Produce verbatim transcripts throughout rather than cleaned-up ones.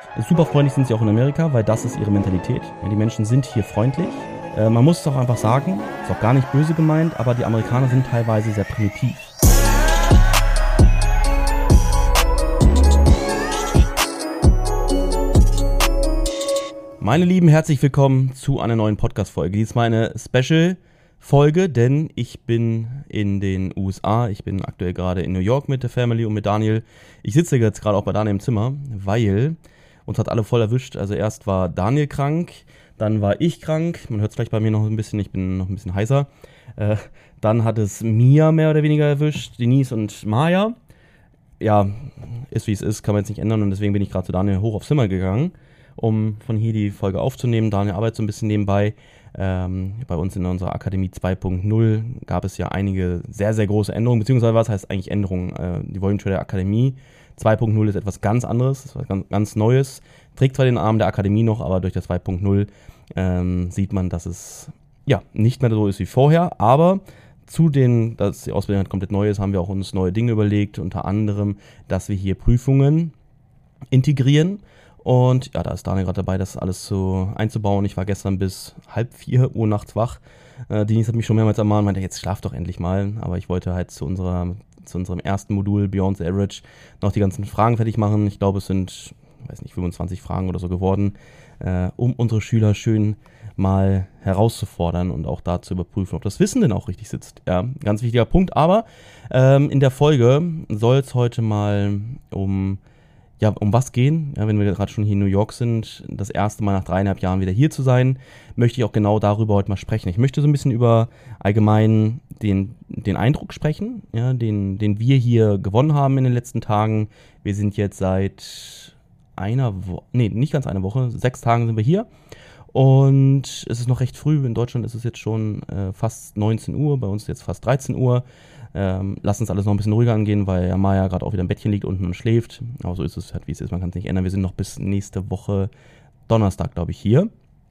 Super freundlich sind sie auch in Amerika, weil das ist ihre Mentalität. Ja, die Menschen sind hier freundlich. Äh, man muss es auch einfach sagen, ist auch gar nicht böse gemeint, aber die Amerikaner sind teilweise sehr primitiv. Meine Lieben, herzlich willkommen zu einer neuen Podcast-Folge. Diesmal eine Special-Folge, denn ich bin in den U S A. Ich bin aktuell gerade in New York mit der Family und mit Daniel. Ich sitze jetzt gerade auch bei Daniel im Zimmer, weil uns hat alle voll erwischt. Also erst war Daniel krank, dann war ich krank. Man hört es vielleicht bei mir noch ein bisschen, ich bin noch ein bisschen heiser. Äh, dann hat es Mia mehr oder weniger erwischt, Denise und Maya. Ja, ist wie es ist, kann man jetzt nicht ändern und deswegen bin ich gerade zu Daniel hoch aufs Zimmer gegangen, um von hier die Folge aufzunehmen. Daniel arbeitet so ein bisschen nebenbei. Ähm, bei uns in unserer Akademie zwei Punkt null gab es ja einige sehr, sehr große Änderungen, beziehungsweise was heißt eigentlich Änderungen? Äh, die Volume Trader Akademie zwei Punkt null ist etwas ganz anderes, ist was ganz, ganz Neues. Trägt zwar den Namen der Akademie noch, aber durch das zwei Punkt null ähm, sieht man, dass es ja nicht mehr so ist wie vorher, aber zu den, dass die Ausbildung halt komplett neu ist, haben wir auch uns neue Dinge überlegt, unter anderem, dass wir hier Prüfungen integrieren. Und ja, da ist Daniel gerade dabei, das alles so einzubauen. Ich war gestern bis halb vier Uhr nachts wach. Äh, Denise hat mich schon mehrmals ermahnt, meinte, jetzt schlaf doch endlich mal. Aber ich wollte halt zu unserer, zu unserem ersten Modul Beyond the Average noch die ganzen Fragen fertig machen. Ich glaube, es sind, weiß nicht, fünfundzwanzig Fragen oder so geworden, äh, um unsere Schüler schön mal herauszufordern und auch da zu überprüfen, ob das Wissen denn auch richtig sitzt. Ja, ganz wichtiger Punkt. Aber ähm, in der Folge soll es heute mal um Ja, um was gehen, ja, wenn wir gerade schon hier in New York sind, das erste Mal nach dreieinhalb Jahren wieder hier zu sein, möchte ich auch genau darüber heute mal sprechen. Ich möchte so ein bisschen über allgemein den, den Eindruck sprechen, ja, den, den wir hier gewonnen haben in den letzten Tagen. Wir sind jetzt seit einer Woche, nee, nicht ganz eine Woche, sechs Tagen sind wir hier und es ist noch recht früh. In Deutschland ist es jetzt schon äh, fast neunzehn Uhr, bei uns ist jetzt fast dreizehn Uhr. Ähm, lass uns alles noch ein bisschen ruhiger angehen, weil ja Maya gerade auch wieder im Bettchen liegt unten und schläft. Aber so ist es halt, wie es ist. Man kann es nicht ändern. Wir sind noch bis nächste Woche Donnerstag, glaube ich, hier.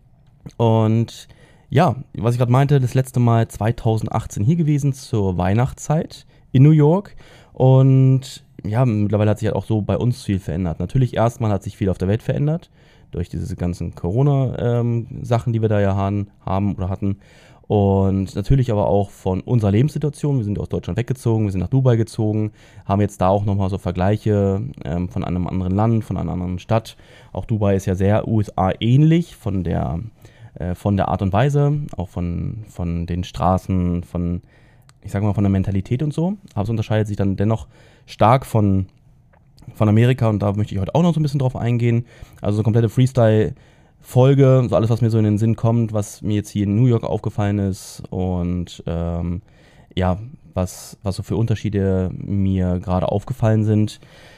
Und ja, was ich gerade meinte, das letzte Mal zweitausendachtzehn hier gewesen zur Weihnachtszeit in New York. Und ja, mittlerweile hat sich halt auch so bei uns viel verändert. Natürlich erstmal hat sich viel auf der Welt verändert. Durch diese ganzen Corona-Sachen, ähm, die wir da ja haben, haben oder hatten. Und natürlich aber auch von unserer Lebenssituation. Wir sind aus Deutschland weggezogen, wir sind nach Dubai gezogen, haben jetzt da auch nochmal so Vergleiche ähm, von einem anderen Land, von einer anderen Stadt. Auch Dubai ist ja sehr U S A ähnlich von der, äh, von der Art und Weise, auch von, von den Straßen, von, ich sag mal, von der Mentalität und so. Aber es unterscheidet sich dann dennoch stark von, von Amerika und da möchte ich heute auch noch so ein bisschen drauf eingehen. Also so komplette Freestyle- Folge, so alles, was mir so in den Sinn kommt, was mir jetzt hier in New York aufgefallen ist und ähm, ja, was, was so für Unterschiede mir gerade aufgefallen sind.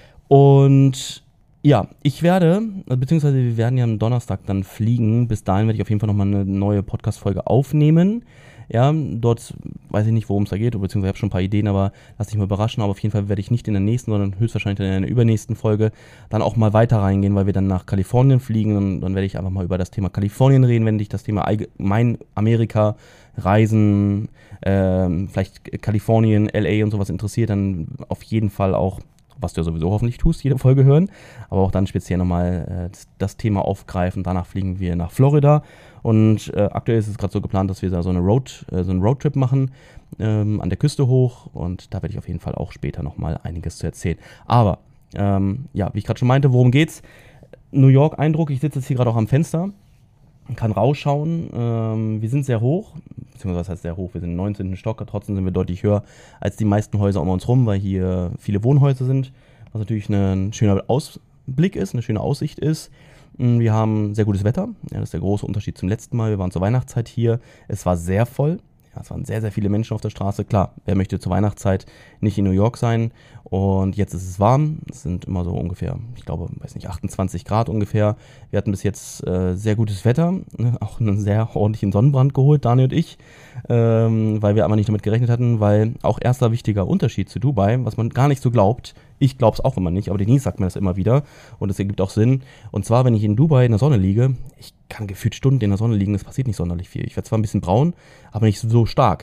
Und ja, ich werde, beziehungsweise wir werden ja am Donnerstag dann fliegen. Bis dahin werde ich auf jeden Fall nochmal eine neue Podcast-Folge aufnehmen. Ja, dort weiß ich nicht, worum es da geht, beziehungsweise ich habe schon ein paar Ideen, aber lass dich mal überraschen. Aber auf jeden Fall werde ich nicht in der nächsten, sondern höchstwahrscheinlich in der übernächsten Folge dann auch mal weiter reingehen, weil wir dann nach Kalifornien fliegen und dann werde ich einfach mal über das Thema Kalifornien reden, wenn dich das Thema allgemein Amerika, Reisen, ähm, vielleicht Kalifornien, L A und sowas interessiert, dann auf jeden Fall auch, was du ja sowieso hoffentlich tust, jede Folge hören, aber auch dann speziell nochmal äh, das, das Thema aufgreifen. Danach fliegen wir nach Florida und äh, aktuell ist es gerade so geplant, dass wir da so, eine Road, äh, so einen Roadtrip machen, ähm, an der Küste hoch und da werde ich auf jeden Fall auch später nochmal einiges zu erzählen. Aber, ähm, ja, wie ich gerade schon meinte, worum geht's? New York-Eindruck, ich sitze jetzt hier gerade auch am Fenster, kann rausschauen, ähm, wir sind sehr hoch, beziehungsweise was heißt sehr hoch, wir sind im neunzehnten Stock, trotzdem sind wir deutlich höher als die meisten Häuser um uns rum, weil hier viele Wohnhäuser sind, was natürlich ein schöner Ausblick ist, eine schöne Aussicht ist. Wir haben sehr gutes Wetter, ja, das ist der große Unterschied zum letzten Mal, wir waren zur Weihnachtszeit hier, es war sehr voll. Ja, es waren sehr, sehr viele Menschen auf der Straße. Klar, wer möchte zur Weihnachtszeit nicht in New York sein? Und jetzt ist es warm. Es sind immer so ungefähr, ich glaube, weiß nicht, achtundzwanzig Grad ungefähr. Wir hatten bis jetzt äh, sehr gutes Wetter. Ne? Auch einen sehr ordentlichen Sonnenbrand geholt, Daniel und ich. Ähm, weil wir aber nicht damit gerechnet hatten. Weil auch erster wichtiger Unterschied zu Dubai, was man gar nicht so glaubt. Ich glaube es auch immer nicht, aber Denise sagt mir das immer wieder. Und es ergibt auch Sinn. Und zwar, wenn ich in Dubai in der Sonne liege, ich kann gefühlt Stunden in der Sonne liegen, es passiert nicht sonderlich viel. Ich werde zwar ein bisschen braun, aber nicht so stark.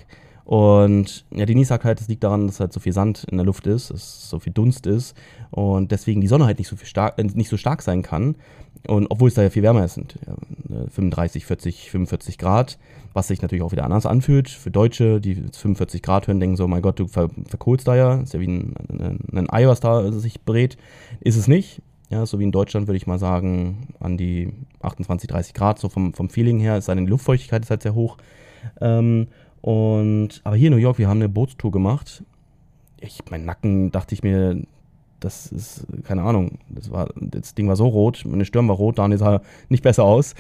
Und ja, Denise sagt halt, das liegt daran, dass halt so viel Sand in der Luft ist, dass so viel Dunst ist und deswegen die Sonne halt nicht so viel stark, äh, nicht so stark sein kann. Und obwohl es da ja viel wärmer ist, sind ja, fünfunddreißig, vierzig, fünfundvierzig Grad, was sich natürlich auch wieder anders anfühlt. Für Deutsche, die fünfundvierzig Grad hören, denken so, mein Gott, du ver- verkohlst da ja, ist ja wie ein, ein, ein Ei, was da sich brät. Ist es nicht. Ja, so wie in Deutschland würde ich mal sagen, an die achtundzwanzig, dreißig Grad, so vom, vom Feeling her, ist die Luftfeuchtigkeit ist halt sehr hoch. Ähm, und, aber hier in New York, wir haben eine Bootstour gemacht. Ich, mein Nacken, dachte ich mir, das ist, keine Ahnung, das, war, das Ding war so rot, meine Stirn war rot, Daniel sah nicht besser aus.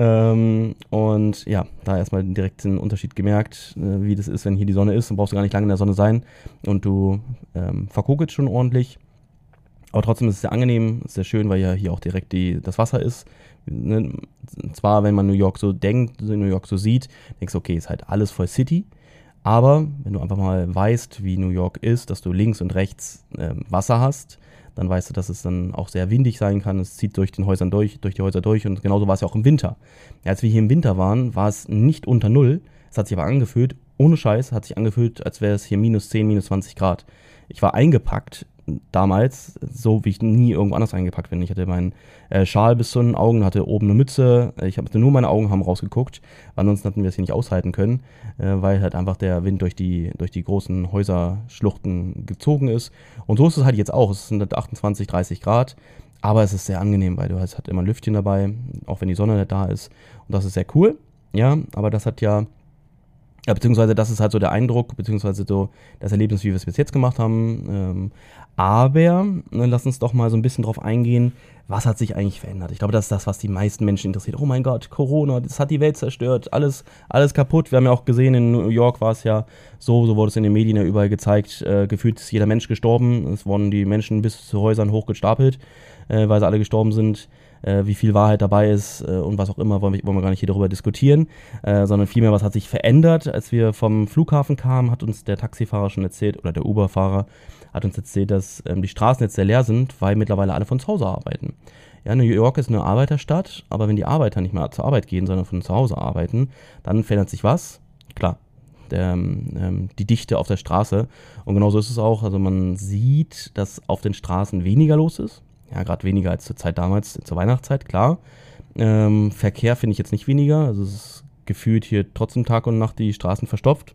Ähm, und ja, da erstmal direkt den Unterschied gemerkt, äh, wie das ist, wenn hier die Sonne ist. Dann brauchst du gar nicht lange in der Sonne sein und du ähm, verkokelst schon ordentlich. Aber trotzdem ist es sehr angenehm, ist sehr schön, weil ja hier auch direkt die, das Wasser ist. Ne? Zwar, wenn man New York so denkt, New York so sieht, denkst du, okay, ist halt alles voll City. Aber wenn du einfach mal weißt, wie New York ist, dass du links und rechts äh, Wasser hast, dann weißt du, dass es dann auch sehr windig sein kann. Es zieht durch den Häusern durch, durch die Häuser durch und genauso war es ja auch im Winter. Ja, als wir hier im Winter waren, war es nicht unter Null. Es hat sich aber angefühlt, ohne Scheiß, hat sich angefühlt, als wäre es hier minus zehn, minus zwanzig Grad. Ich war eingepackt damals, so wie ich nie irgendwo anders eingepackt bin. Ich hatte meinen äh, Schal bis zu den Augen, hatte oben eine Mütze. Ich hatte nur meine Augen haben rausgeguckt, weil ansonsten hatten wir es hier nicht aushalten können, äh, weil halt einfach der Wind durch die, durch die großen Häuserschluchten gezogen ist. Und so ist es halt jetzt auch. Es sind halt achtundzwanzig, dreißig Grad, aber es ist sehr angenehm, weil du hast halt immer ein Lüftchen dabei, auch wenn die Sonne nicht da ist. Und das ist sehr cool. Ja, aber das hat ja Ja, beziehungsweise das ist halt so der Eindruck, beziehungsweise so das Erlebnis, wie wir es bis jetzt gemacht haben. Ähm, aber ne, lass uns doch mal so ein bisschen drauf eingehen, was hat sich eigentlich verändert. Ich glaube, das ist das, was die meisten Menschen interessiert. Oh mein Gott, Corona, das hat die Welt zerstört, alles, alles kaputt. Wir haben ja auch gesehen, in New York war es ja so, so wurde es in den Medien ja überall gezeigt, äh, gefühlt ist jeder Mensch gestorben. Es wurden die Menschen bis zu Häusern hochgestapelt, äh, weil sie alle gestorben sind. Äh, wie viel Wahrheit dabei ist äh, und was auch immer, wollen wir, wollen wir gar nicht hier darüber diskutieren, äh, sondern vielmehr, was hat sich verändert. Als wir vom Flughafen kamen, hat uns der Taxifahrer schon erzählt, oder der Uber-Fahrer hat uns erzählt, dass ähm, die Straßen jetzt sehr leer sind, weil mittlerweile alle von zu Hause arbeiten. Ja, New York ist eine Arbeiterstadt, aber wenn die Arbeiter nicht mehr zur Arbeit gehen, sondern von zu Hause arbeiten, dann verändert sich was? Klar, der, ähm, die Dichte auf der Straße. Und genauso ist es auch, also man sieht, dass auf den Straßen weniger los ist. Ja, gerade weniger als zur Zeit damals, zur Weihnachtszeit, klar. Ähm, Verkehr finde ich jetzt nicht weniger. Also es ist gefühlt hier trotzdem Tag und Nacht die Straßen verstopft.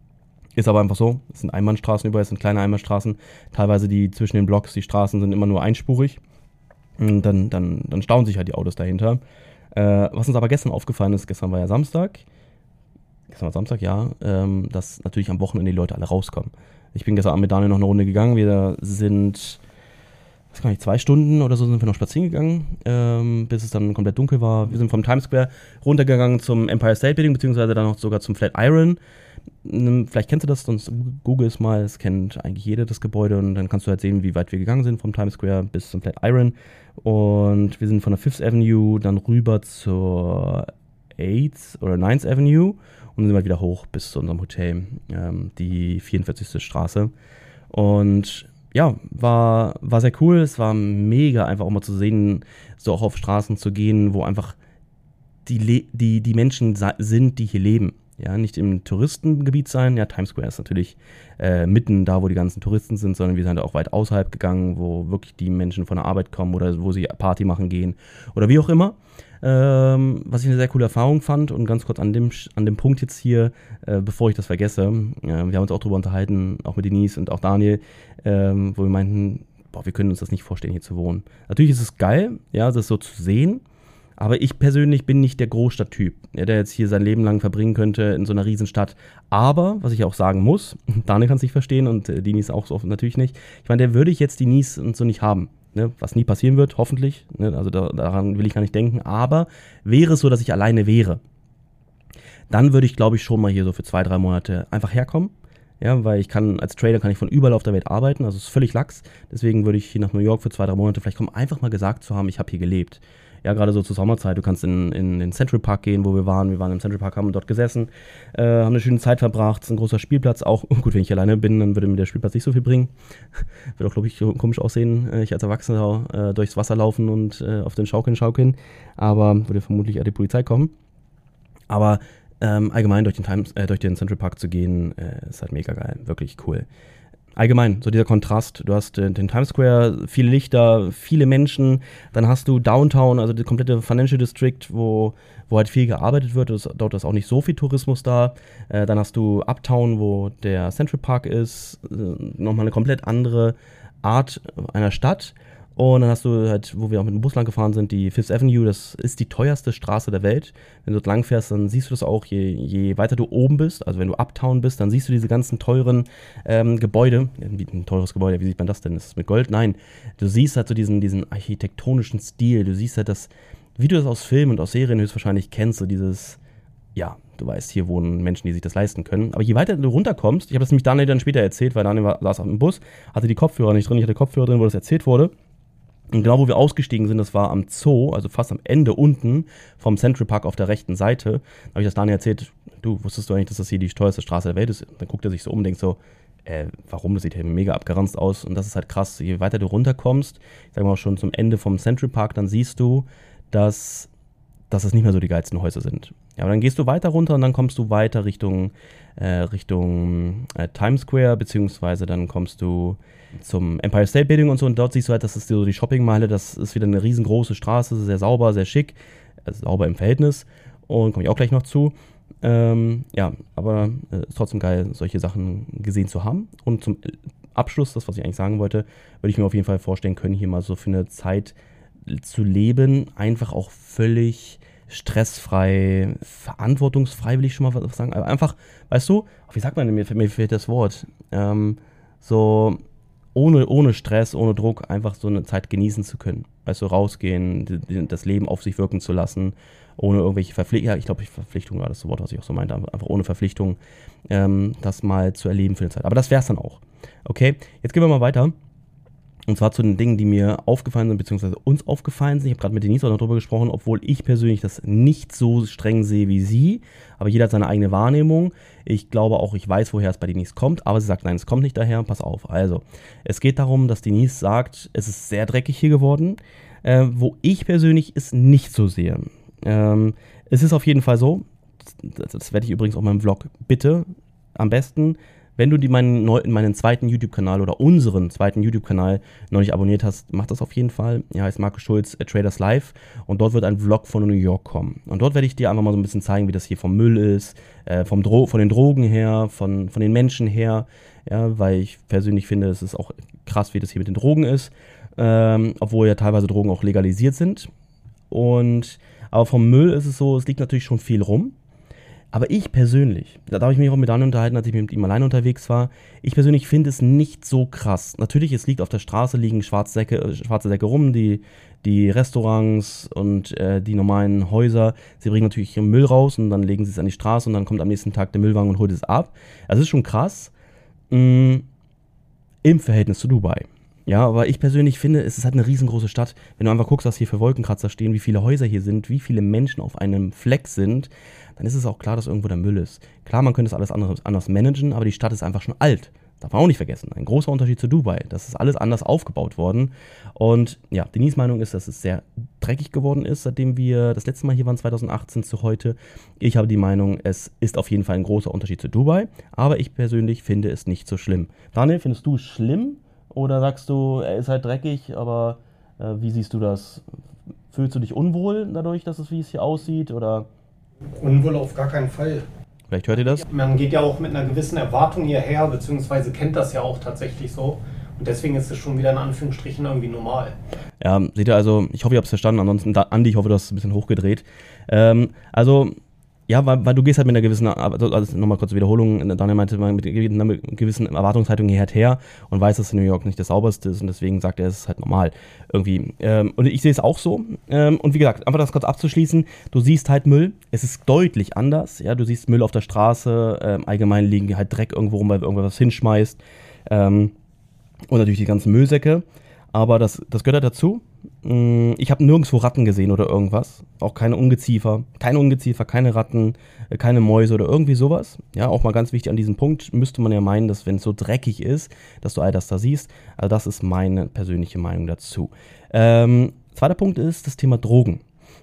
Ist aber einfach so. Es sind Einbahnstraßen überall, es sind kleine Einbahnstraßen. Teilweise die zwischen den Blocks, die Straßen sind immer nur einspurig. Und dann, dann, dann stauen sich halt die Autos dahinter. Äh, was uns aber gestern aufgefallen ist, gestern war ja Samstag. Gestern war Samstag, ja. Ähm, dass natürlich am Wochenende die Leute alle rauskommen. Ich bin gestern Abend mit Daniel noch eine Runde gegangen. Wir sind... weiß gar nicht, zwei Stunden oder so sind wir noch spazieren gegangen, ähm, bis es dann komplett dunkel war. Wir sind vom Times Square runtergegangen zum Empire State Building, beziehungsweise dann noch sogar zum Flatiron. Vielleicht kennst du das, sonst google es mal, es kennt eigentlich jeder das Gebäude und dann kannst du halt sehen, wie weit wir gegangen sind vom Times Square bis zum Flatiron. Und wir sind von der Fifth Avenue dann rüber zur eighth oder ninth Avenue und dann sind wir halt wieder hoch bis zu unserem Hotel, ähm, die vierundvierzigste Straße. Und ja, war, war sehr cool. Es war mega einfach auch mal zu sehen, so auch auf Straßen zu gehen, wo einfach die, Le- die, die Menschen sa- sind, die hier leben. Ja, nicht im Touristengebiet sein. Ja, Times Square ist natürlich äh, mitten da, wo die ganzen Touristen sind, sondern wir sind auch weit außerhalb gegangen, wo wirklich die Menschen von der Arbeit kommen oder wo sie Party machen gehen oder wie auch immer. Ähm, was ich eine sehr coole Erfahrung fand und ganz kurz an dem, an dem Punkt jetzt hier, äh, bevor ich das vergesse, äh, wir haben uns auch drüber unterhalten, auch mit Denise und auch Daniel, ähm, wo wir meinten, boah, wir können uns das nicht vorstellen, hier zu wohnen. Natürlich ist es geil, ja, das so zu sehen, aber ich persönlich bin nicht der Großstadttyp, ja, der jetzt hier sein Leben lang verbringen könnte in so einer Riesenstadt. Aber, was ich auch sagen muss, Daniel kann es nicht verstehen und äh, Denise auch so natürlich nicht, ich meine, der würde ich jetzt Denise und so nicht haben. Ne, was nie passieren wird, hoffentlich. Ne, also da, daran will ich gar nicht denken. Aber wäre es so, dass ich alleine wäre, dann würde ich, glaube ich, schon mal hier so für zwei, drei Monate einfach herkommen. Ja, weil ich kann, als Trader kann ich von überall auf der Welt arbeiten. Also es ist völlig lax. Deswegen würde ich hier nach New York für zwei, drei Monate vielleicht kommen, einfach mal gesagt zu haben, ich habe hier gelebt. Ja, gerade so zur Sommerzeit. Du kannst in, in den Central Park gehen, wo wir waren. Wir waren im Central Park, haben dort gesessen, äh, haben eine schöne Zeit verbracht. Es ist ein großer Spielplatz. Auch gut, wenn ich alleine bin, dann würde mir der Spielplatz nicht so viel bringen. Würde auch, glaube ich, komisch aussehen, äh, ich als Erwachsener äh, durchs Wasser laufen und äh, auf den Schaukeln schaukeln. Aber würde vermutlich eher die Polizei kommen. Aber Ähm, allgemein durch den, Times, äh, durch den Central Park zu gehen, äh, ist halt mega geil, wirklich cool. Allgemein, so dieser Kontrast, du hast äh, den Times Square, viele Lichter, viele Menschen, dann hast du Downtown, also der komplette Financial District, wo, wo halt viel gearbeitet wird, es, dort ist auch nicht so viel Tourismus da, äh, dann hast du Uptown, wo der Central Park ist, äh, nochmal eine komplett andere Art einer Stadt. Und dann hast du halt, wo wir auch mit dem Bus lang gefahren sind, die Fifth Avenue, das ist die teuerste Straße der Welt. Wenn du dort lang fährst, dann siehst du das auch, je, je weiter du oben bist, also wenn du Uptown bist, dann siehst du diese ganzen teuren ähm, Gebäude. Wie ein teures Gebäude, wie sieht man das denn? Ist es mit Gold? Nein. Du siehst halt so diesen, diesen architektonischen Stil, du siehst halt das, wie du das aus Filmen und aus Serien höchstwahrscheinlich kennst, so dieses, ja, du weißt, hier wohnen Menschen, die sich das leisten können. Aber je weiter du runterkommst, ich habe das nämlich Daniel dann später erzählt, weil Daniel war, saß auf dem Bus, hatte die Kopfhörer nicht drin, ich hatte Kopfhörer drin, wo das erzählt wurde. Und genau, wo wir ausgestiegen sind, das war am Zoo, also fast am Ende unten vom Central Park auf der rechten Seite. Da habe ich das Daniel erzählt, du, wusstest du eigentlich, dass das hier die teuerste Straße der Welt ist? Dann guckt er sich so um und denkt so, äh, warum, das sieht hier mega abgeranzt aus. Und das ist halt krass, je weiter du runterkommst, ich sag mal auch schon zum Ende vom Central Park, dann siehst du, dass, dass es nicht mehr so die geilsten Häuser sind. Ja, aber dann gehst du weiter runter und dann kommst du weiter Richtung, äh, Richtung äh, Times Square, beziehungsweise dann kommst du zum Empire State Building und so, und dort siehst du halt, das ist so die Shoppingmeile, das ist wieder eine riesengroße Straße, sehr sauber, sehr schick, also sauber im Verhältnis, und komme ich auch gleich noch zu. Ähm, ja, aber es äh, ist trotzdem geil, solche Sachen gesehen zu haben. Und zum Abschluss, das, was ich eigentlich sagen wollte, würde ich mir auf jeden Fall vorstellen können, hier mal so für eine Zeit zu leben, einfach auch völlig stressfrei, verantwortungsfrei, will ich schon mal was sagen, aber einfach, weißt du, wie sagt man denn, mir, mir fehlt das Wort, ähm, so ohne, ohne Stress, ohne Druck, einfach so eine Zeit genießen zu können, weißt du, rausgehen, die, die, das Leben auf sich wirken zu lassen, ohne irgendwelche Verpflichtungen, ja, ich glaube, Verpflichtung war das Wort, was ich auch so meinte, einfach ohne Verpflichtung, ähm, das mal zu erleben für eine Zeit, aber das wär's dann auch, okay, jetzt gehen wir mal weiter. Und zwar zu den Dingen, die mir aufgefallen sind, beziehungsweise uns aufgefallen sind. Ich habe gerade mit Denise auch noch drüber gesprochen, obwohl ich persönlich das nicht so streng sehe wie sie. Aber jeder hat seine eigene Wahrnehmung. Ich glaube auch, ich weiß, woher es bei Denise kommt. Aber sie sagt, nein, es kommt nicht daher. Pass auf. Also, es geht darum, dass Denise sagt, es ist sehr dreckig hier geworden. Äh, wo ich persönlich es nicht so sehe. Ähm, es ist auf jeden Fall so, das, das werde ich übrigens auch in meinem Vlog, bitte, am besten, wenn du die meinen, meinen zweiten YouTube-Kanal oder unseren zweiten YouTube-Kanal noch nicht abonniert hast, mach das auf jeden Fall. Er heißt Markus Schulz, äh, Traders Live, und dort wird ein Vlog von New York kommen. Und dort werde ich dir einfach mal so ein bisschen zeigen, wie das hier vom Müll ist, äh, vom Dro- von den Drogen her, von, von den Menschen her, ja, weil ich persönlich finde, es ist auch krass, wie das hier mit den Drogen ist, ähm, obwohl ja teilweise Drogen auch legalisiert sind. Und, aber vom Müll ist es so, es liegt natürlich schon viel rum. Aber ich persönlich, da habe ich mich auch mit Daniel unterhalten, als ich mit ihm alleine unterwegs war, ich persönlich finde es nicht so krass. Natürlich, es liegt auf der Straße, liegen schwarze Säcke, schwarze Säcke rum, die, die Restaurants und äh, die normalen Häuser, sie bringen natürlich ihren Müll raus und dann legen sie es an die Straße und dann kommt am nächsten Tag der Müllwagen und holt es ab. Das ist schon krass, mh, im Verhältnis zu Dubai. Ja, aber ich persönlich finde, es ist halt eine riesengroße Stadt. Wenn du einfach guckst, was hier für Wolkenkratzer stehen, wie viele Häuser hier sind, wie viele Menschen auf einem Fleck sind, dann ist es auch klar, dass irgendwo der Müll ist. Klar, man könnte es alles anders, anders managen, aber die Stadt ist einfach schon alt. Darf man auch nicht vergessen. Ein großer Unterschied zu Dubai. Das ist alles anders aufgebaut worden. Und ja, Denise' Meinung ist, dass es sehr dreckig geworden ist, seitdem wir das letzte Mal hier waren, zwanzig achtzehn zu heute. Ich habe die Meinung, es ist auf jeden Fall ein großer Unterschied zu Dubai. Aber ich persönlich finde es nicht so schlimm. Daniel, findest du es schlimm? Oder sagst du, er ist halt dreckig, aber äh, wie siehst du das? Fühlst du dich unwohl dadurch, dass es wie es hier aussieht? Oder? Unwohl auf gar keinen Fall. Vielleicht hört ihr das? Man geht ja auch mit einer gewissen Erwartung hierher, beziehungsweise kennt das ja auch tatsächlich so. Und deswegen ist es schon wieder in Anführungsstrichen irgendwie normal. Ja, seht ihr also, ich hoffe, ihr habt es verstanden. Ansonsten, da, Andi, ich hoffe, du hast es ein bisschen hochgedreht. Ähm, also, ja, weil, weil du gehst halt mit einer gewissen, also nochmal kurze Wiederholung, Daniel meinte, mit einer gewissen Erwartungshaltung hierher her und weiß, dass New York nicht das sauberste ist und deswegen sagt er, es ist halt normal irgendwie. Ähm, und ich sehe es auch so. Ähm, und wie gesagt, einfach das kurz abzuschließen, du siehst halt Müll, es ist deutlich anders, ja, du siehst Müll auf der Straße, ähm, allgemein liegen halt Dreck irgendwo rum, weil irgendwas hinschmeißt, ähm, und natürlich die ganzen Müllsäcke. Aber das, das gehört halt dazu. Ich habe nirgendwo Ratten gesehen oder irgendwas. Auch keine Ungeziefer. Keine Ungeziefer, keine Ratten, keine Mäuse oder irgendwie sowas. Ja, auch mal ganz wichtig an diesem Punkt. Müsste man ja meinen, dass wenn es so dreckig ist, dass du all das da siehst. Also das ist meine persönliche Meinung dazu. Ähm, zweiter Punkt ist das Thema Drogen.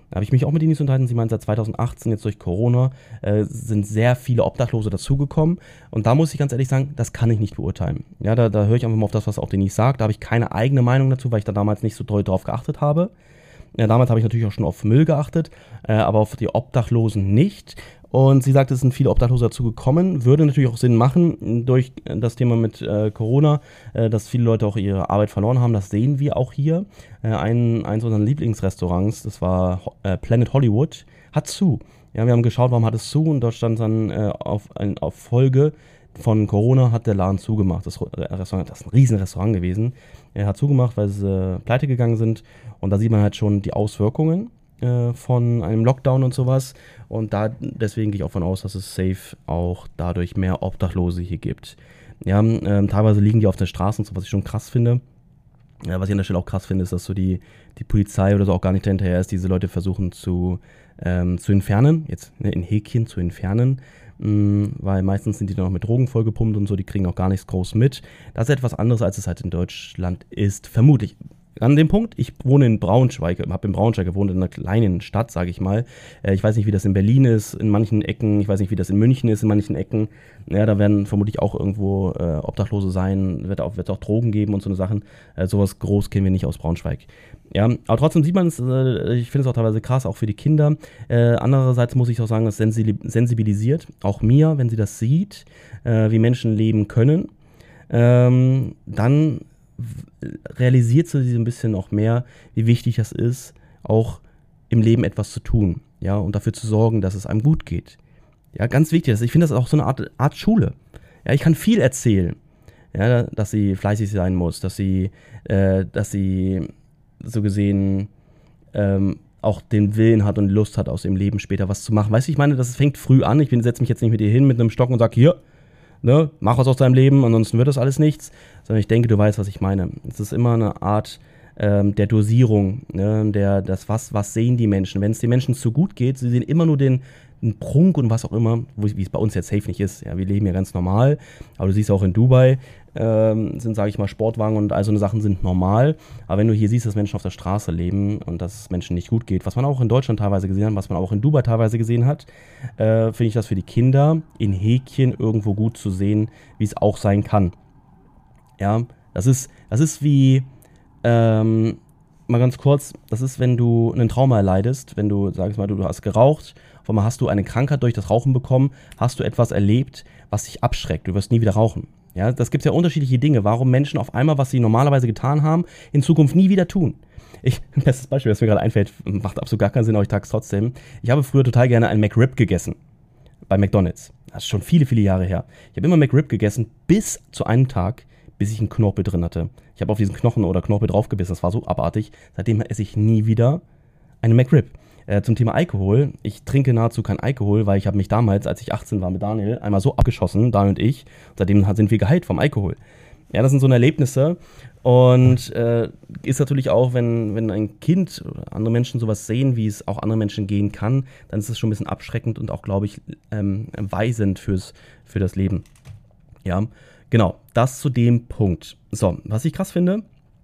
Da habe ich mich auch mit ihnen unterhalten. Sie meinen, seit zweitausendachtzehn, jetzt durch Corona, äh, sind sehr viele Obdachlose dazugekommen. Und da muss ich ganz ehrlich sagen, das kann ich nicht beurteilen. Ja, da, da höre ich einfach mal auf das, was auch Denise sagt. Da habe ich keine eigene Meinung dazu, weil ich da damals nicht so doll drauf geachtet habe. Ja, damals habe ich natürlich auch schon auf Müll geachtet, äh, aber auf die Obdachlosen nicht. Und sie sagt, es sind viele Obdachlose dazu gekommen. Würde natürlich auch Sinn machen durch das Thema mit äh, Corona, äh, dass viele Leute auch ihre Arbeit verloren haben. Das sehen wir auch hier. Äh, ein, eins unserer Lieblingsrestaurants, das war äh, Planet Hollywood, hat zu. Ja, wir haben geschaut, warum hat es zu, und dort stand dann äh, auf, ein, auf Folge von Corona hat der Laden zugemacht. Das Restaurant, das ist ein riesen Restaurant gewesen. Er hat zugemacht, weil sie äh, pleite gegangen sind. Und da sieht man halt schon die Auswirkungen äh, von einem Lockdown und sowas. Und da deswegen gehe ich auch von aus, dass es safe auch dadurch mehr Obdachlose hier gibt. Ja, ähm, teilweise liegen die auf der Straße und so, was ich schon krass finde. Ja, was ich an der Stelle auch krass finde, ist, dass so die, die Polizei oder so auch gar nicht hinterher ist, diese Leute versuchen zu, ähm, zu entfernen, jetzt ne, in Häkchen zu entfernen, mh, weil meistens sind die dann noch mit Drogen vollgepumpt und so, die kriegen auch gar nichts groß mit. Das ist etwas anderes, als es halt in Deutschland ist, vermutlich. An dem Punkt, ich wohne in Braunschweig, habe in Braunschweig gewohnt, in einer kleinen Stadt, sage ich mal. Äh, ich weiß nicht, wie das in Berlin ist, in manchen Ecken. Ich weiß nicht, wie das in München ist, in manchen Ecken. Ja, da werden vermutlich auch irgendwo äh, Obdachlose sein, wird auch, wird auch Drogen geben und so eine Sachen. Äh, sowas groß kennen wir nicht aus Braunschweig. Ja, aber trotzdem sieht man es, äh, ich finde es auch teilweise krass, auch für die Kinder. Äh, andererseits muss ich auch sagen, es sensibilisiert, auch mir, wenn sie das sieht, äh, wie Menschen leben können. Ähm, dann realisiert sie ein bisschen auch mehr, wie wichtig das ist, auch im Leben etwas zu tun, ja, und dafür zu sorgen, dass es einem gut geht. Ja, ganz wichtig. Ich finde das auch so eine Art, Art Schule. Ja, ich kann viel erzählen, ja, dass sie fleißig sein muss, dass sie, äh, dass sie so gesehen ähm, auch den Willen hat und Lust hat, aus dem Leben später was zu machen. Weißt du, ich meine, das fängt früh an. Ich setze mich jetzt nicht mit ihr hin mit einem Stock und sage, hier, ne, mach was aus deinem Leben, ansonsten wird das alles nichts. Sondern ich denke, du weißt, was ich meine. Es ist immer eine Art ähm, der Dosierung, ne, der, das was, was sehen die Menschen. Wenn es den Menschen zu gut geht, sie sehen immer nur den, den Prunk und was auch immer, wie es bei uns jetzt safe nicht ist. Ja, wir leben ja ganz normal, aber du siehst auch in Dubai, ähm, sind, sage ich mal, Sportwagen und all so eine Sachen sind normal. Aber wenn du hier siehst, dass Menschen auf der Straße leben und dass es Menschen nicht gut geht, was man auch in Deutschland teilweise gesehen hat, was man auch in Dubai teilweise gesehen hat, äh, finde ich das für die Kinder in Häkchen irgendwo gut zu sehen, wie es auch sein kann. Ja, das ist, das ist wie, ähm, mal ganz kurz, das ist, wenn du einen Trauma erleidest, wenn du, sag ich mal, du, du hast geraucht, auf einmal hast du eine Krankheit durch das Rauchen bekommen, hast du etwas erlebt, was dich abschreckt, du wirst nie wieder rauchen. Ja, das gibt ja unterschiedliche Dinge, warum Menschen auf einmal, was sie normalerweise getan haben, in Zukunft nie wieder tun. Ich, ein bestes Beispiel, das mir gerade einfällt, macht absolut gar keinen Sinn, aber ich sag's trotzdem. Ich habe früher total gerne einen McRib gegessen. Bei McDonald's. Das ist schon viele, viele Jahre her. Ich habe immer McRib gegessen, bis zu einem Tag, bis ich einen Knorpel drin hatte. Ich habe auf diesen Knochen oder Knorpel draufgebissen, das war so abartig. Seitdem esse ich nie wieder einen McRib. Äh, zum Thema Alkohol. Ich trinke nahezu kein Alkohol, weil ich habe mich damals, als ich achtzehn war mit Daniel, einmal so abgeschossen, Daniel und ich. Seitdem sind wir geheilt vom Alkohol. Ja, das sind so eine Erlebnisse. Und äh, ist natürlich auch, wenn, wenn ein Kind oder andere Menschen sowas sehen, wie es auch anderen Menschen gehen kann, dann ist es schon ein bisschen abschreckend und auch, glaube ich, ähm, weisend fürs, für das Leben. Ja, genau. Das zu dem Punkt. So, was ich krass finde,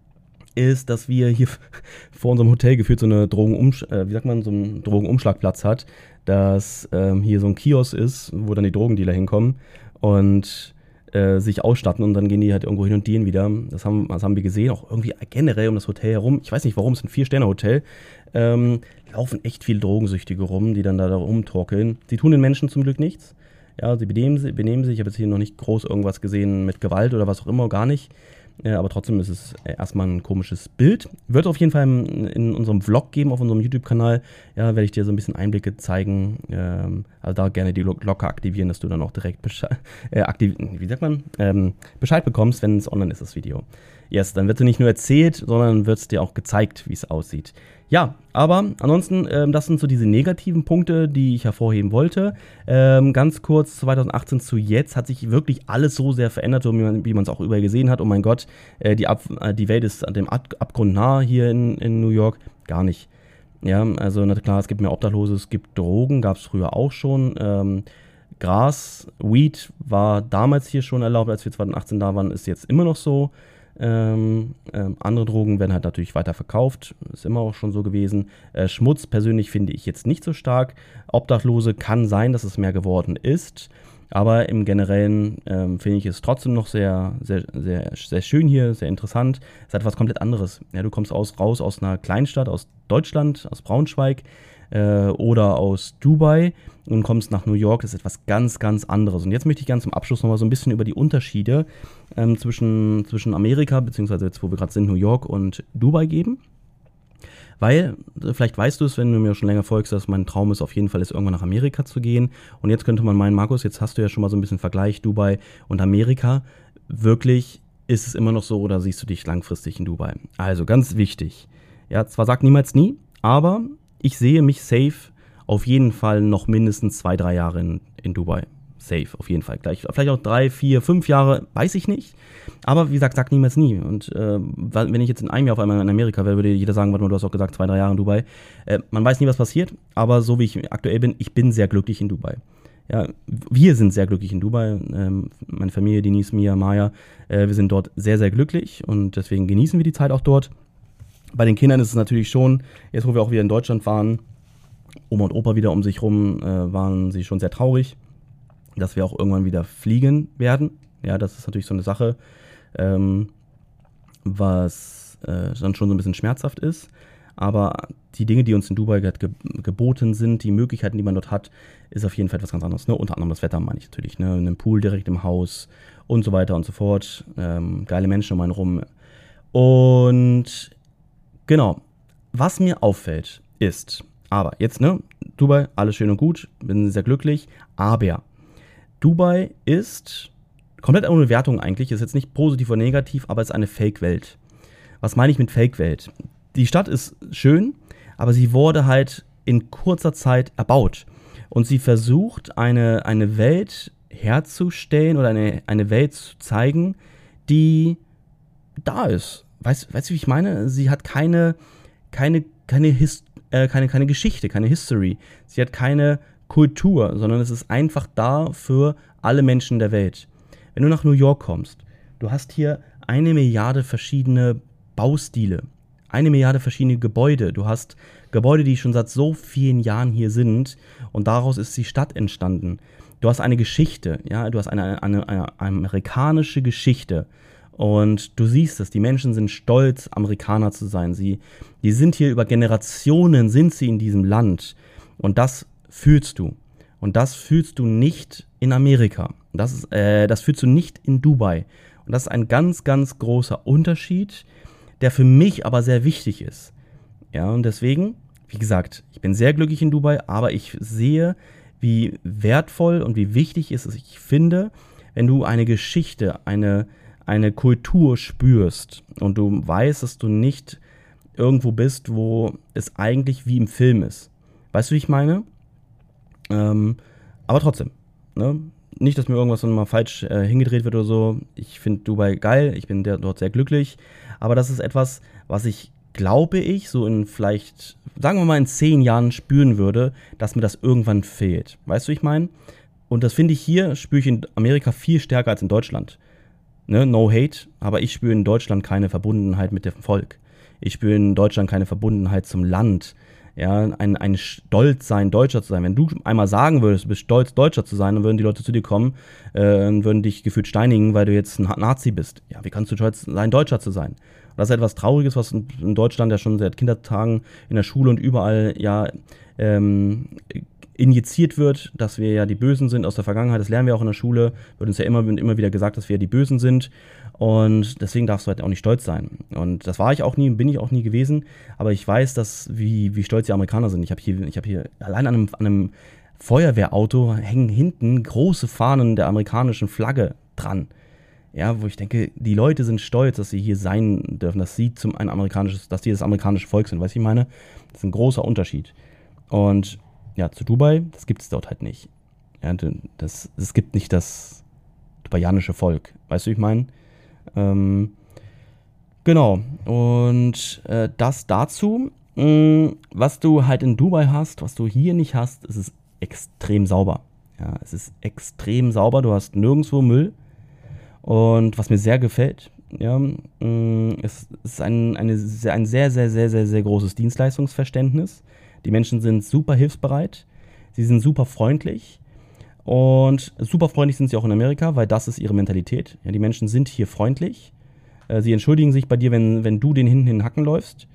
ist, dass wir hier vor unserem Hotel gefühlt so eine Drogenumsch- äh, wie sagt man, so einen Drogenumschlagplatz hat, dass ähm, hier so ein Kiosk ist, wo dann die Drogendealer hinkommen und äh, sich ausstatten und dann gehen die halt irgendwo hin und dienen wieder. Das haben, das haben wir gesehen, auch irgendwie generell um das Hotel herum. Ich weiß nicht warum, es ist ein Vier-Sterne-Hotel. Ähm, laufen echt viele Drogensüchtige rum, die dann da, da rumtorkeln. Sie tun den Menschen zum Glück nichts. Ja, sie benehmen, benehmen sich. Ich habe jetzt hier noch nicht groß irgendwas gesehen mit Gewalt oder was auch immer, gar nicht. Ja, aber trotzdem ist es erstmal ein komisches Bild. Wird auf jeden Fall in, in unserem Vlog geben, auf unserem YouTube-Kanal. Ja, werde ich dir so ein bisschen Einblicke zeigen. Ähm, also da gerne die Glocke aktivieren, dass du dann auch direkt Bescheid, äh, aktiv, wie sagt man? Ähm, Bescheid bekommst, wenn es online ist, das Video. Yes, dann wird dir nicht nur erzählt, sondern wird es dir auch gezeigt, wie es aussieht. Ja, aber ansonsten, ähm, das sind so diese negativen Punkte, die ich hervorheben wollte. Ähm, ganz kurz, zwanzig achtzehn zu jetzt hat sich wirklich alles so sehr verändert, wie man es auch überall gesehen hat. Oh mein Gott, äh, die, Ab äh, die Welt ist an dem Ab Abgrund nah hier in, in New York. Gar nicht. Ja, also na klar, es gibt mehr Obdachlose, es gibt Drogen, gab es früher auch schon. Ähm, Gras, Weed war damals hier schon erlaubt, als wir zwanzig achtzehn da waren, ist jetzt immer noch so. Ähm, ähm, andere Drogen werden halt natürlich weiter verkauft, ist immer auch schon so gewesen. Äh, Schmutz persönlich finde ich jetzt nicht so stark. Obdachlose kann sein, dass es mehr geworden ist, aber im Generellen ähm, finde ich es trotzdem noch sehr, sehr, sehr, sehr schön hier, sehr interessant. Es ist etwas komplett anderes. Ja, du kommst aus, raus aus einer Kleinstadt, aus Deutschland, aus Braunschweig äh, oder aus Dubai und kommst nach New York. Das ist etwas ganz, ganz anderes. Und jetzt möchte ich ganz zum Abschluss nochmal so ein bisschen über die Unterschiede ähm, zwischen, zwischen Amerika, beziehungsweise jetzt, wo wir gerade sind, New York und Dubai geben. Weil, vielleicht weißt du es, wenn du mir schon länger folgst, dass mein Traum ist, auf jeden Fall ist, irgendwann nach Amerika zu gehen. Und jetzt könnte man meinen, Markus, jetzt hast du ja schon mal so ein bisschen Vergleich Dubai und Amerika. Wirklich ist es immer noch so, oder siehst du dich langfristig in Dubai? Also, ganz wichtig. Ja, zwar sag niemals nie, aber ich sehe mich safe auf jeden Fall noch mindestens zwei, drei Jahre in, in Dubai. Safe, auf jeden Fall. Gleich, vielleicht auch drei, vier, fünf Jahre, weiß ich nicht. Aber wie gesagt, sag niemals nie. Und äh, wenn ich jetzt in einem Jahr auf einmal in Amerika wäre, würde jeder sagen, warte mal, du hast auch gesagt, zwei, drei Jahre in Dubai. Äh, man weiß nie, was passiert, aber so wie ich aktuell bin, ich bin sehr glücklich in Dubai. Ja, wir sind sehr glücklich in Dubai. Ähm, meine Familie, Denise, Mia, Maya, äh, wir sind dort sehr, sehr glücklich und deswegen genießen wir die Zeit auch dort. Bei den Kindern ist es natürlich schon, jetzt wo wir auch wieder in Deutschland waren, Oma und Opa wieder um sich rum, äh, waren sie schon sehr traurig, dass wir auch irgendwann wieder fliegen werden. Ja, das ist natürlich so eine Sache, ähm, was äh, dann schon so ein bisschen schmerzhaft ist. Aber die Dinge, die uns in Dubai ge- geboten sind, die Möglichkeiten, die man dort hat, ist auf jeden Fall etwas ganz anderes. Ne? Unter anderem das Wetter, meine ich natürlich. Ne? Einen Pool direkt im Haus und so weiter und so fort. Ähm, geile Menschen um einen rum. Und genau, was mir auffällt, ist, aber jetzt, ne, Dubai, alles schön und gut, bin sehr glücklich, aber Dubai ist komplett ohne Wertung eigentlich, ist jetzt nicht positiv oder negativ, aber es ist eine Fake-Welt. Was meine ich mit Fake-Welt? Die Stadt ist schön, aber sie wurde halt in kurzer Zeit erbaut. Und sie versucht, eine, eine Welt herzustellen oder eine, eine Welt zu zeigen, die da ist. Weißt, weißt du, wie ich meine? Sie hat keine, keine, keine, His, äh, keine, keine Geschichte, keine History. Sie hat keine Kultur, sondern es ist einfach da für alle Menschen der Welt. Wenn du nach New York kommst, du hast hier eine Milliarde verschiedene Baustile, eine Milliarde verschiedene Gebäude. Du hast Gebäude, die schon seit so vielen Jahren hier sind und daraus ist die Stadt entstanden. Du hast eine Geschichte, ja, du hast eine, eine, eine amerikanische Geschichte. Und du siehst es, die Menschen sind stolz, Amerikaner zu sein. Sie, die sind hier über Generationen, sind sie in diesem Land. Und das fühlst du. Und das fühlst du nicht in Amerika. Das, ist, äh, das fühlst du nicht in Dubai. Und das ist ein ganz, ganz großer Unterschied, der für mich aber sehr wichtig ist. Ja, und deswegen, wie gesagt, ich bin sehr glücklich in Dubai, aber ich sehe, wie wertvoll und wie wichtig es ist, ich finde, wenn du eine Geschichte, eine eine Kultur spürst und du weißt, dass du nicht irgendwo bist, wo es eigentlich wie im Film ist. Weißt du, wie ich meine? Ähm, aber trotzdem, ne? Nicht, dass mir irgendwas dann mal falsch äh, hingedreht wird oder so. Ich finde Dubai geil, ich bin der, dort sehr glücklich, aber das ist etwas, was ich, glaube ich, so in vielleicht, sagen wir mal in zehn Jahren spüren würde, dass mir das irgendwann fehlt. Weißt du, wie ich meine? Und das finde ich hier, spüre ich in Amerika viel stärker als in Deutschland. Ne, no hate, aber ich spüre in Deutschland keine Verbundenheit mit dem Volk. Ich spüre in Deutschland keine Verbundenheit zum Land. Ja, ein, ein Stolz sein, Deutscher zu sein. Wenn du einmal sagen würdest, du bist stolz, Deutscher zu sein, dann würden die Leute zu dir kommen äh, und würden dich gefühlt steinigen, weil du jetzt ein Nazi bist. Ja, wie kannst du stolz sein, Deutscher zu sein? Und das ist etwas Trauriges, was in, in Deutschland ja schon seit Kindertagen in der Schule und überall ja ähm, injiziert wird, dass wir ja die Bösen sind aus der Vergangenheit. Das lernen wir auch in der Schule. Wird uns ja immer, immer wieder gesagt, dass wir die Bösen sind. Und deswegen darfst du halt auch nicht stolz sein. Und das war ich auch nie, bin ich auch nie gewesen. Aber ich weiß, dass wie, wie stolz die Amerikaner sind. Ich habe hier, ich habe hier allein an einem, an einem Feuerwehrauto hängen hinten große Fahnen der amerikanischen Flagge dran. Ja, wo ich denke, die Leute sind stolz, dass sie hier sein dürfen, dass sie zum ein amerikanisches, dass die das amerikanische Volk sind. Weißt du, ich meine? Das ist ein großer Unterschied. Und ja, zu Dubai, das gibt es dort halt nicht. Ja, das, es gibt nicht das dubaianische Volk. Weißt du, wie ich meine? Ähm, genau. Und äh, das dazu, mh, was du halt in Dubai hast, was du hier nicht hast, ist es extrem sauber. Ja, es ist extrem sauber. Du hast nirgendwo Müll. Und was mir sehr gefällt, Ja, mh, es ist ein, eine, sehr- ein sehr, sehr, sehr, sehr, sehr großes Dienstleistungsverständnis. Die Menschen sind super hilfsbereit, sie sind super freundlich und super freundlich sind sie auch in Amerika, weil das ist ihre Mentalität. Ja, die Menschen sind hier freundlich, äh, sie entschuldigen sich bei dir, wenn, wenn du den hinten in den Hacken läufst.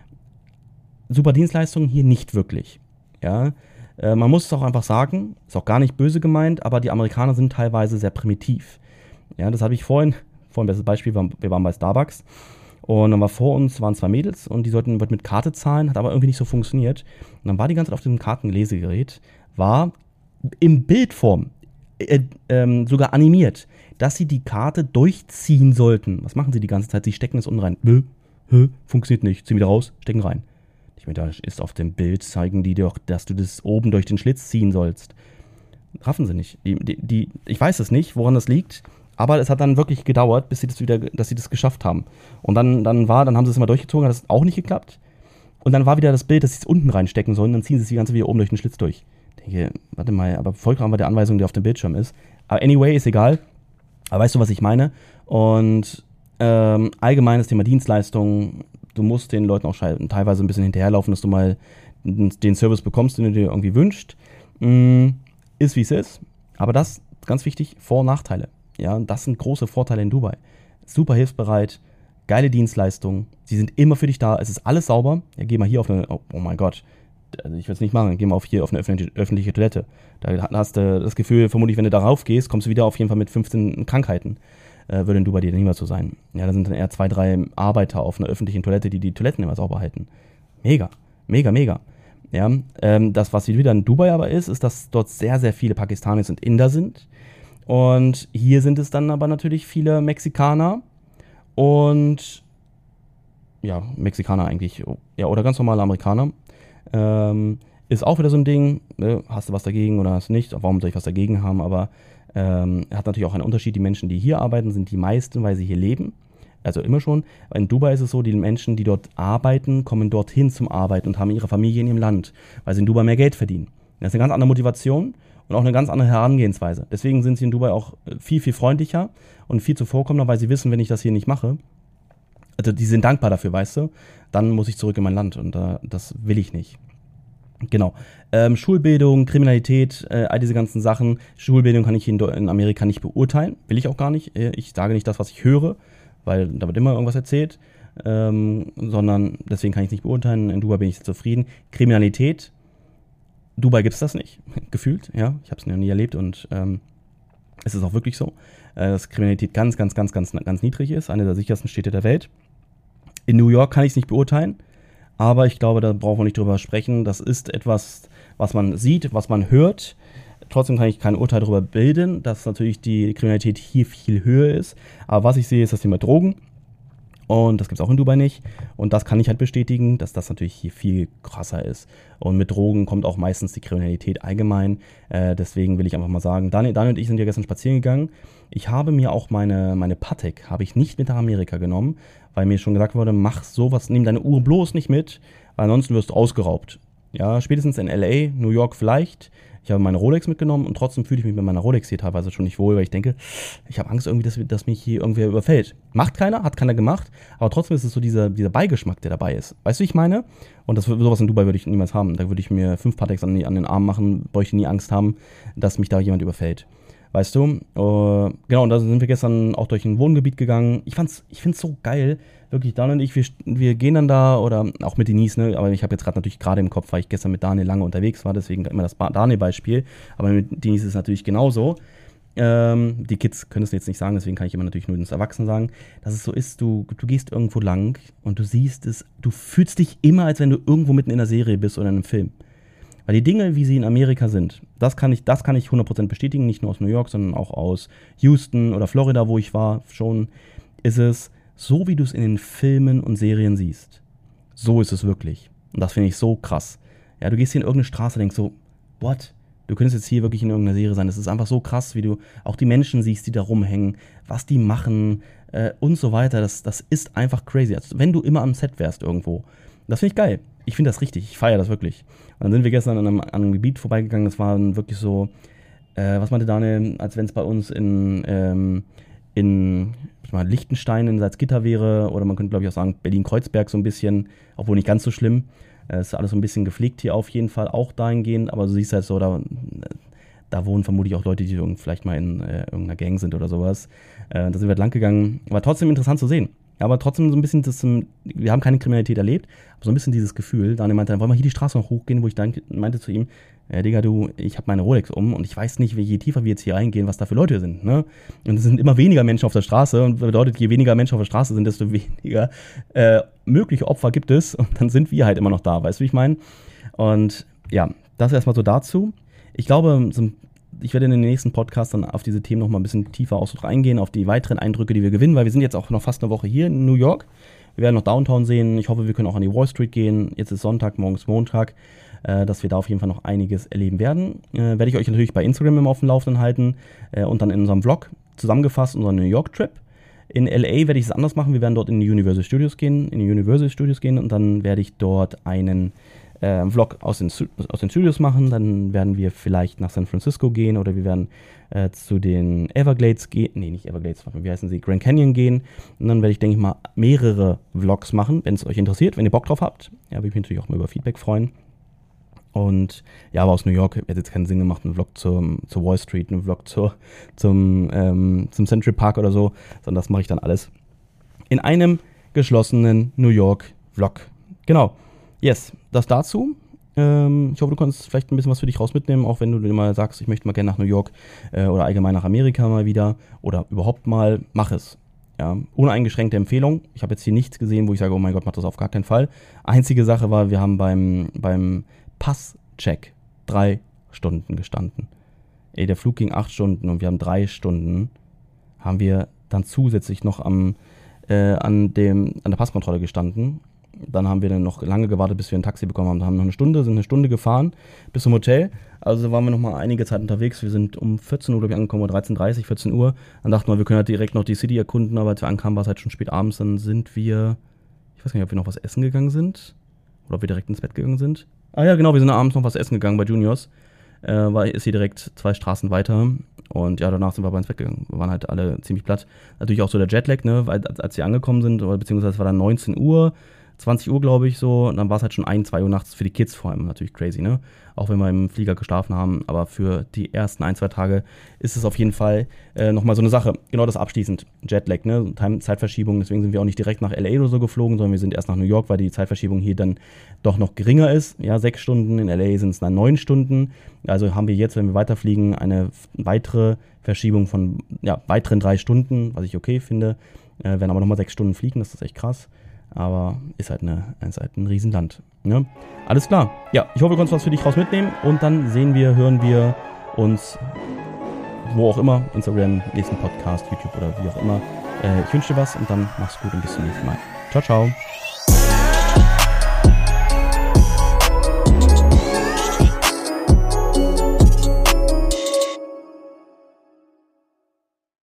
Super Dienstleistungen hier nicht wirklich. Ja, äh, man muss es auch einfach sagen, ist auch gar nicht böse gemeint, aber die Amerikaner sind teilweise sehr primitiv. Ja, das habe ich vorhin, vorhin bestes Beispiel, wir waren, wir waren bei Starbucks und dann war vor uns waren zwei Mädels und die sollten wollten mit Karte zahlen, hat aber irgendwie nicht so funktioniert. Und dann war die ganze Zeit auf diesem Kartenlesegerät, war in Bildform äh, ähm, sogar animiert, dass sie die Karte durchziehen sollten. Was machen sie die ganze Zeit? Sie stecken es unten rein. Hä? Hä? Funktioniert nicht. Ziehen wieder raus, stecken rein. Ich meine, da ist auf dem Bild, zeigen die doch, dass du das oben durch den Schlitz ziehen sollst. Raffen sie nicht. Die, die, die, ich weiß es nicht, woran das liegt, aber es hat dann wirklich gedauert, bis sie das wieder, dass sie das geschafft haben. Und dann, dann war, dann haben sie es immer durchgezogen, hat das auch nicht geklappt. Und dann war wieder das Bild, dass sie es unten reinstecken sollen, dann ziehen sie es die ganze wieder oben durch den Schlitz durch. Ich denke, warte mal, aber vollkommen war der Anweisung, die auf dem Bildschirm ist. Aber anyway, ist egal. Aber weißt du, was ich meine? Und ähm, allgemeines Thema Dienstleistungen, du musst den Leuten auch teilweise ein bisschen hinterherlaufen, dass du mal den Service bekommst, den du dir irgendwie wünschst. Mm, ist wie es ist. Aber das, ganz wichtig, Vor- und Nachteile. Ja, das sind große Vorteile in Dubai. Super hilfsbereit, geile Dienstleistungen, sie sind immer für dich da, es ist alles sauber. Ja, geh mal hier auf eine, oh, oh mein Gott, also ich will es nicht machen, geh mal auf hier auf eine öffentliche, öffentliche Toilette. Da hast du das Gefühl, vermutlich, wenn du darauf gehst, kommst du wieder auf jeden Fall mit fünfzehn Krankheiten. Äh, würde in Dubai dir niemals so sein. Ja, da sind dann eher zwei, drei Arbeiter auf einer öffentlichen Toilette, die die Toiletten immer sauber halten. Mega, mega, mega. Ja, ähm, das, was wieder in Dubai aber ist, ist, dass dort sehr, sehr viele Pakistanis und Inder sind. Und hier sind es dann aber natürlich viele Mexikaner und ja, Mexikaner eigentlich, ja, oder ganz normale Amerikaner. Ähm, ist auch wieder so ein Ding, ne? Hast du was dagegen oder hast du nicht? Warum soll ich was dagegen haben? Aber ähm, hat natürlich auch einen Unterschied. Die Menschen, die hier arbeiten, sind die meisten, weil sie hier leben. Also immer schon. In Dubai ist es so, die Menschen, die dort arbeiten, kommen dorthin zum Arbeiten und haben ihre Familie in ihrem Land, weil sie in Dubai mehr Geld verdienen. Das ist eine ganz andere Motivation und auch eine ganz andere Herangehensweise. Deswegen sind sie in Dubai auch viel, viel freundlicher und viel zuvorkommender, weil sie wissen, wenn ich das hier nicht mache, also die sind dankbar dafür, weißt du, dann muss ich zurück in mein Land und äh, das will ich nicht. Genau. Ähm, Schulbildung, Kriminalität, äh, all diese ganzen Sachen. Schulbildung kann ich in, in Amerika nicht beurteilen, will ich auch gar nicht. Ich sage nicht das, was ich höre, weil da wird immer irgendwas erzählt, ähm, sondern deswegen kann ich es nicht beurteilen. In Dubai bin ich zufrieden. Kriminalität, Dubai gibt es das nicht, gefühlt, ja. Ich habe es noch nie erlebt und ähm, es ist auch wirklich so, äh, dass Kriminalität ganz, ganz, ganz, ganz, ganz niedrig ist, eine der sichersten Städte der Welt. In New York kann ich es nicht beurteilen, aber ich glaube, da brauchen wir nicht drüber sprechen. Das ist etwas, was man sieht, was man hört. Trotzdem kann ich kein Urteil darüber bilden, dass natürlich die Kriminalität hier viel höher ist. Aber was ich sehe, ist das Thema Drogen. Und das gibt es auch in Dubai nicht. Und das kann ich halt bestätigen, dass das natürlich hier viel krasser ist. Und mit Drogen kommt auch meistens die Kriminalität allgemein. Äh, deswegen will ich einfach mal sagen, Daniel, Daniel und ich sind ja gestern spazieren gegangen. Ich habe mir auch meine, meine Patek, habe ich nicht mit nach Amerika genommen, weil mir schon gesagt wurde, mach sowas, nimm deine Uhr bloß nicht mit, weil ansonsten wirst du ausgeraubt. Ja, spätestens in L A, New York vielleicht. Ich habe meine Rolex mitgenommen und trotzdem fühle ich mich mit meiner Rolex hier teilweise schon nicht wohl, weil ich denke, ich habe Angst irgendwie, dass, dass mich hier irgendwer überfällt. Macht keiner, hat keiner gemacht, aber trotzdem ist es so dieser, dieser Beigeschmack, der dabei ist. Weißt du, wie ich meine? Und das, sowas in Dubai würde ich niemals haben. Da würde ich mir fünf Pateks an, an den Arm machen, bräuchte nie Angst haben, dass mich da jemand überfällt. Weißt du? Uh, genau, und da sind wir gestern auch durch ein Wohngebiet gegangen. Ich fand's, ich find's so geil. Wirklich, Daniel und ich, wir, wir gehen dann da, oder auch mit Denise, ne? Aber ich habe jetzt gerade natürlich gerade im Kopf, weil ich gestern mit Daniel lange unterwegs war, deswegen immer das Daniel-Beispiel. Aber mit Denise ist es natürlich genauso. Ähm, die Kids können es jetzt nicht sagen, deswegen kann ich immer natürlich nur ins Erwachsenen sagen, dass es so ist, du, du gehst irgendwo lang und du siehst es, du fühlst dich immer, als wenn du irgendwo mitten in einer Serie bist oder in einem Film. Weil die Dinge, wie sie in Amerika sind, das kann ich, das kann ich hundert Prozent bestätigen, nicht nur aus New York, sondern auch aus Houston oder Florida, wo ich war schon, ist es so, wie du es in den Filmen und Serien siehst. So ist es wirklich. Und das finde ich so krass. Ja, du gehst hier in irgendeine Straße und denkst so, what? Du könntest jetzt hier wirklich in irgendeiner Serie sein. Das ist einfach so krass, wie du auch die Menschen siehst, die da rumhängen, was die machen äh, und so weiter. Das, das ist einfach crazy. Also, wenn du immer am Set wärst irgendwo. Das finde ich geil. Ich finde das richtig. Ich feiere das wirklich. Und dann sind wir gestern an einem, an einem Gebiet vorbeigegangen. Das war wirklich so, äh, was meinte Daniel, als wenn es bei uns in, ähm, in mal Liechtenstein in Salzgitter wäre, oder man könnte, glaube ich, auch sagen Berlin-Kreuzberg so ein bisschen, obwohl nicht ganz so schlimm. Es ist alles so ein bisschen gepflegt hier auf jeden Fall, auch dahingehend, aber du siehst halt so, da, da wohnen vermutlich auch Leute, die vielleicht mal in äh, irgendeiner Gang sind oder sowas. Äh, da sind wir halt lang gegangen, war trotzdem interessant zu sehen. Aber trotzdem so ein bisschen, das, wir haben keine Kriminalität erlebt, aber so ein bisschen dieses Gefühl, Daniel meinte, dann wollen wir hier die Straße noch hochgehen, wo ich dann meinte zu ihm, ja, Digga, du, ich habe meine Rolex um und ich weiß nicht, je tiefer wir jetzt hier reingehen, was da für Leute sind, ne? Und es sind immer weniger Menschen auf der Straße und bedeutet, je weniger Menschen auf der Straße sind, desto weniger äh, mögliche Opfer gibt es und dann sind wir halt immer noch da, weißt du, wie ich meine? Und ja, das erstmal so dazu. Ich glaube, so, ich werde in den nächsten Podcast dann auf diese Themen noch mal ein bisschen tiefer aus und reingehen, auf die weiteren Eindrücke, die wir gewinnen, weil wir sind jetzt auch noch fast eine Woche hier in New York. Wir werden noch Downtown sehen. Ich hoffe, wir können auch an die Wall Street gehen. Jetzt ist Sonntag, morgen ist Montag, äh, dass wir da auf jeden Fall noch einiges erleben werden. Äh, werde ich euch natürlich bei Instagram immer auf dem Laufenden halten äh, und dann in unserem Vlog zusammengefasst unseren New York-Trip. In L A werde ich es anders machen. Wir werden dort in die Universal Studios gehen, in die Universal Studios gehen und dann werde ich dort einen äh, Vlog aus den, aus den Studios machen. Dann werden wir vielleicht nach San Francisco gehen oder wir werden äh, zu den Everglades gehen. Nee, nicht Everglades, wie heißen sie? Grand Canyon gehen. Und dann werde ich, denke ich mal, mehrere Vlogs machen, wenn es euch interessiert, wenn ihr Bock drauf habt. Ja, würde ich mich natürlich auch mal über Feedback freuen. Und ja, aber aus New York hätte jetzt keinen Sinn gemacht, einen Vlog zum, zur Wall Street, einen Vlog zur, zum, ähm, zum Central Park oder so, sondern das mache ich dann alles in einem geschlossenen New York Vlog. Genau. Yes, das dazu. Ähm, ich hoffe, du kannst vielleicht ein bisschen was für dich raus mitnehmen, auch wenn du dir mal sagst, ich möchte mal gerne nach New York äh, oder allgemein nach Amerika mal wieder oder überhaupt mal, mach es. Ja, uneingeschränkte Empfehlung. Ich habe jetzt hier nichts gesehen, wo ich sage, oh mein Gott, mach das auf gar keinen Fall. Einzige Sache war, wir haben beim, beim Passcheck drei Stunden gestanden. Ey, der Flug ging acht Stunden und wir haben drei Stunden, haben wir dann zusätzlich noch am, äh, an, dem, an der Passkontrolle gestanden. Dann haben wir dann noch lange gewartet, bis wir ein Taxi bekommen haben. Da haben wir noch eine Stunde, sind eine Stunde gefahren bis zum Hotel. Also waren wir noch mal einige Zeit unterwegs. Wir sind um vierzehn Uhr, glaube ich, angekommen, oder dreizehn Uhr dreißig, vierzehn Uhr. Dann dachten wir, wir können halt direkt noch die City erkunden, aber als wir ankamen, war es halt schon spät abends. Dann sind wir, ich weiß gar nicht, ob wir noch was essen gegangen sind oder ob wir direkt ins Bett gegangen sind. Ah ja, genau, wir sind abends noch was essen gegangen bei Juniors. Äh, war, ist hier direkt zwei Straßen weiter. Und ja, danach sind wir aber ins Bett gegangen. Wir waren halt alle ziemlich platt. Natürlich auch so der Jetlag, ne, weil als wir angekommen sind, oder beziehungsweise es war dann neunzehn Uhr, zwanzig Uhr, glaube ich, so. Und dann war es halt schon ein, zwei Uhr nachts für die Kids vor allem. Natürlich crazy, ne? Auch wenn wir im Flieger geschlafen haben. Aber für die ersten ein, zwei Tage ist es auf jeden Fall äh, nochmal so eine Sache. Genau das abschließend. Jetlag, ne? Time- Zeitverschiebung. Deswegen sind wir auch nicht direkt nach L A oder so geflogen, sondern wir sind erst nach New York, weil die Zeitverschiebung hier dann doch noch geringer ist. Ja, sechs Stunden. In L A sind es dann neun Stunden. Also haben wir jetzt, wenn wir weiterfliegen, eine weitere Verschiebung von, ja, weiteren drei Stunden, was ich okay finde. Äh, werden aber nochmal sechs Stunden fliegen. Das ist echt krass. Aber ist halt, eine, ist halt ein Riesenland. Ne? Alles klar. Ja, ich hoffe, du konntest was für dich raus mitnehmen. Und dann sehen wir, hören wir uns, wo auch immer, Instagram, nächsten Podcast, YouTube oder wie auch immer. Äh, ich wünsche dir was und dann mach's gut und bis zum nächsten Mal. Ciao, ciao.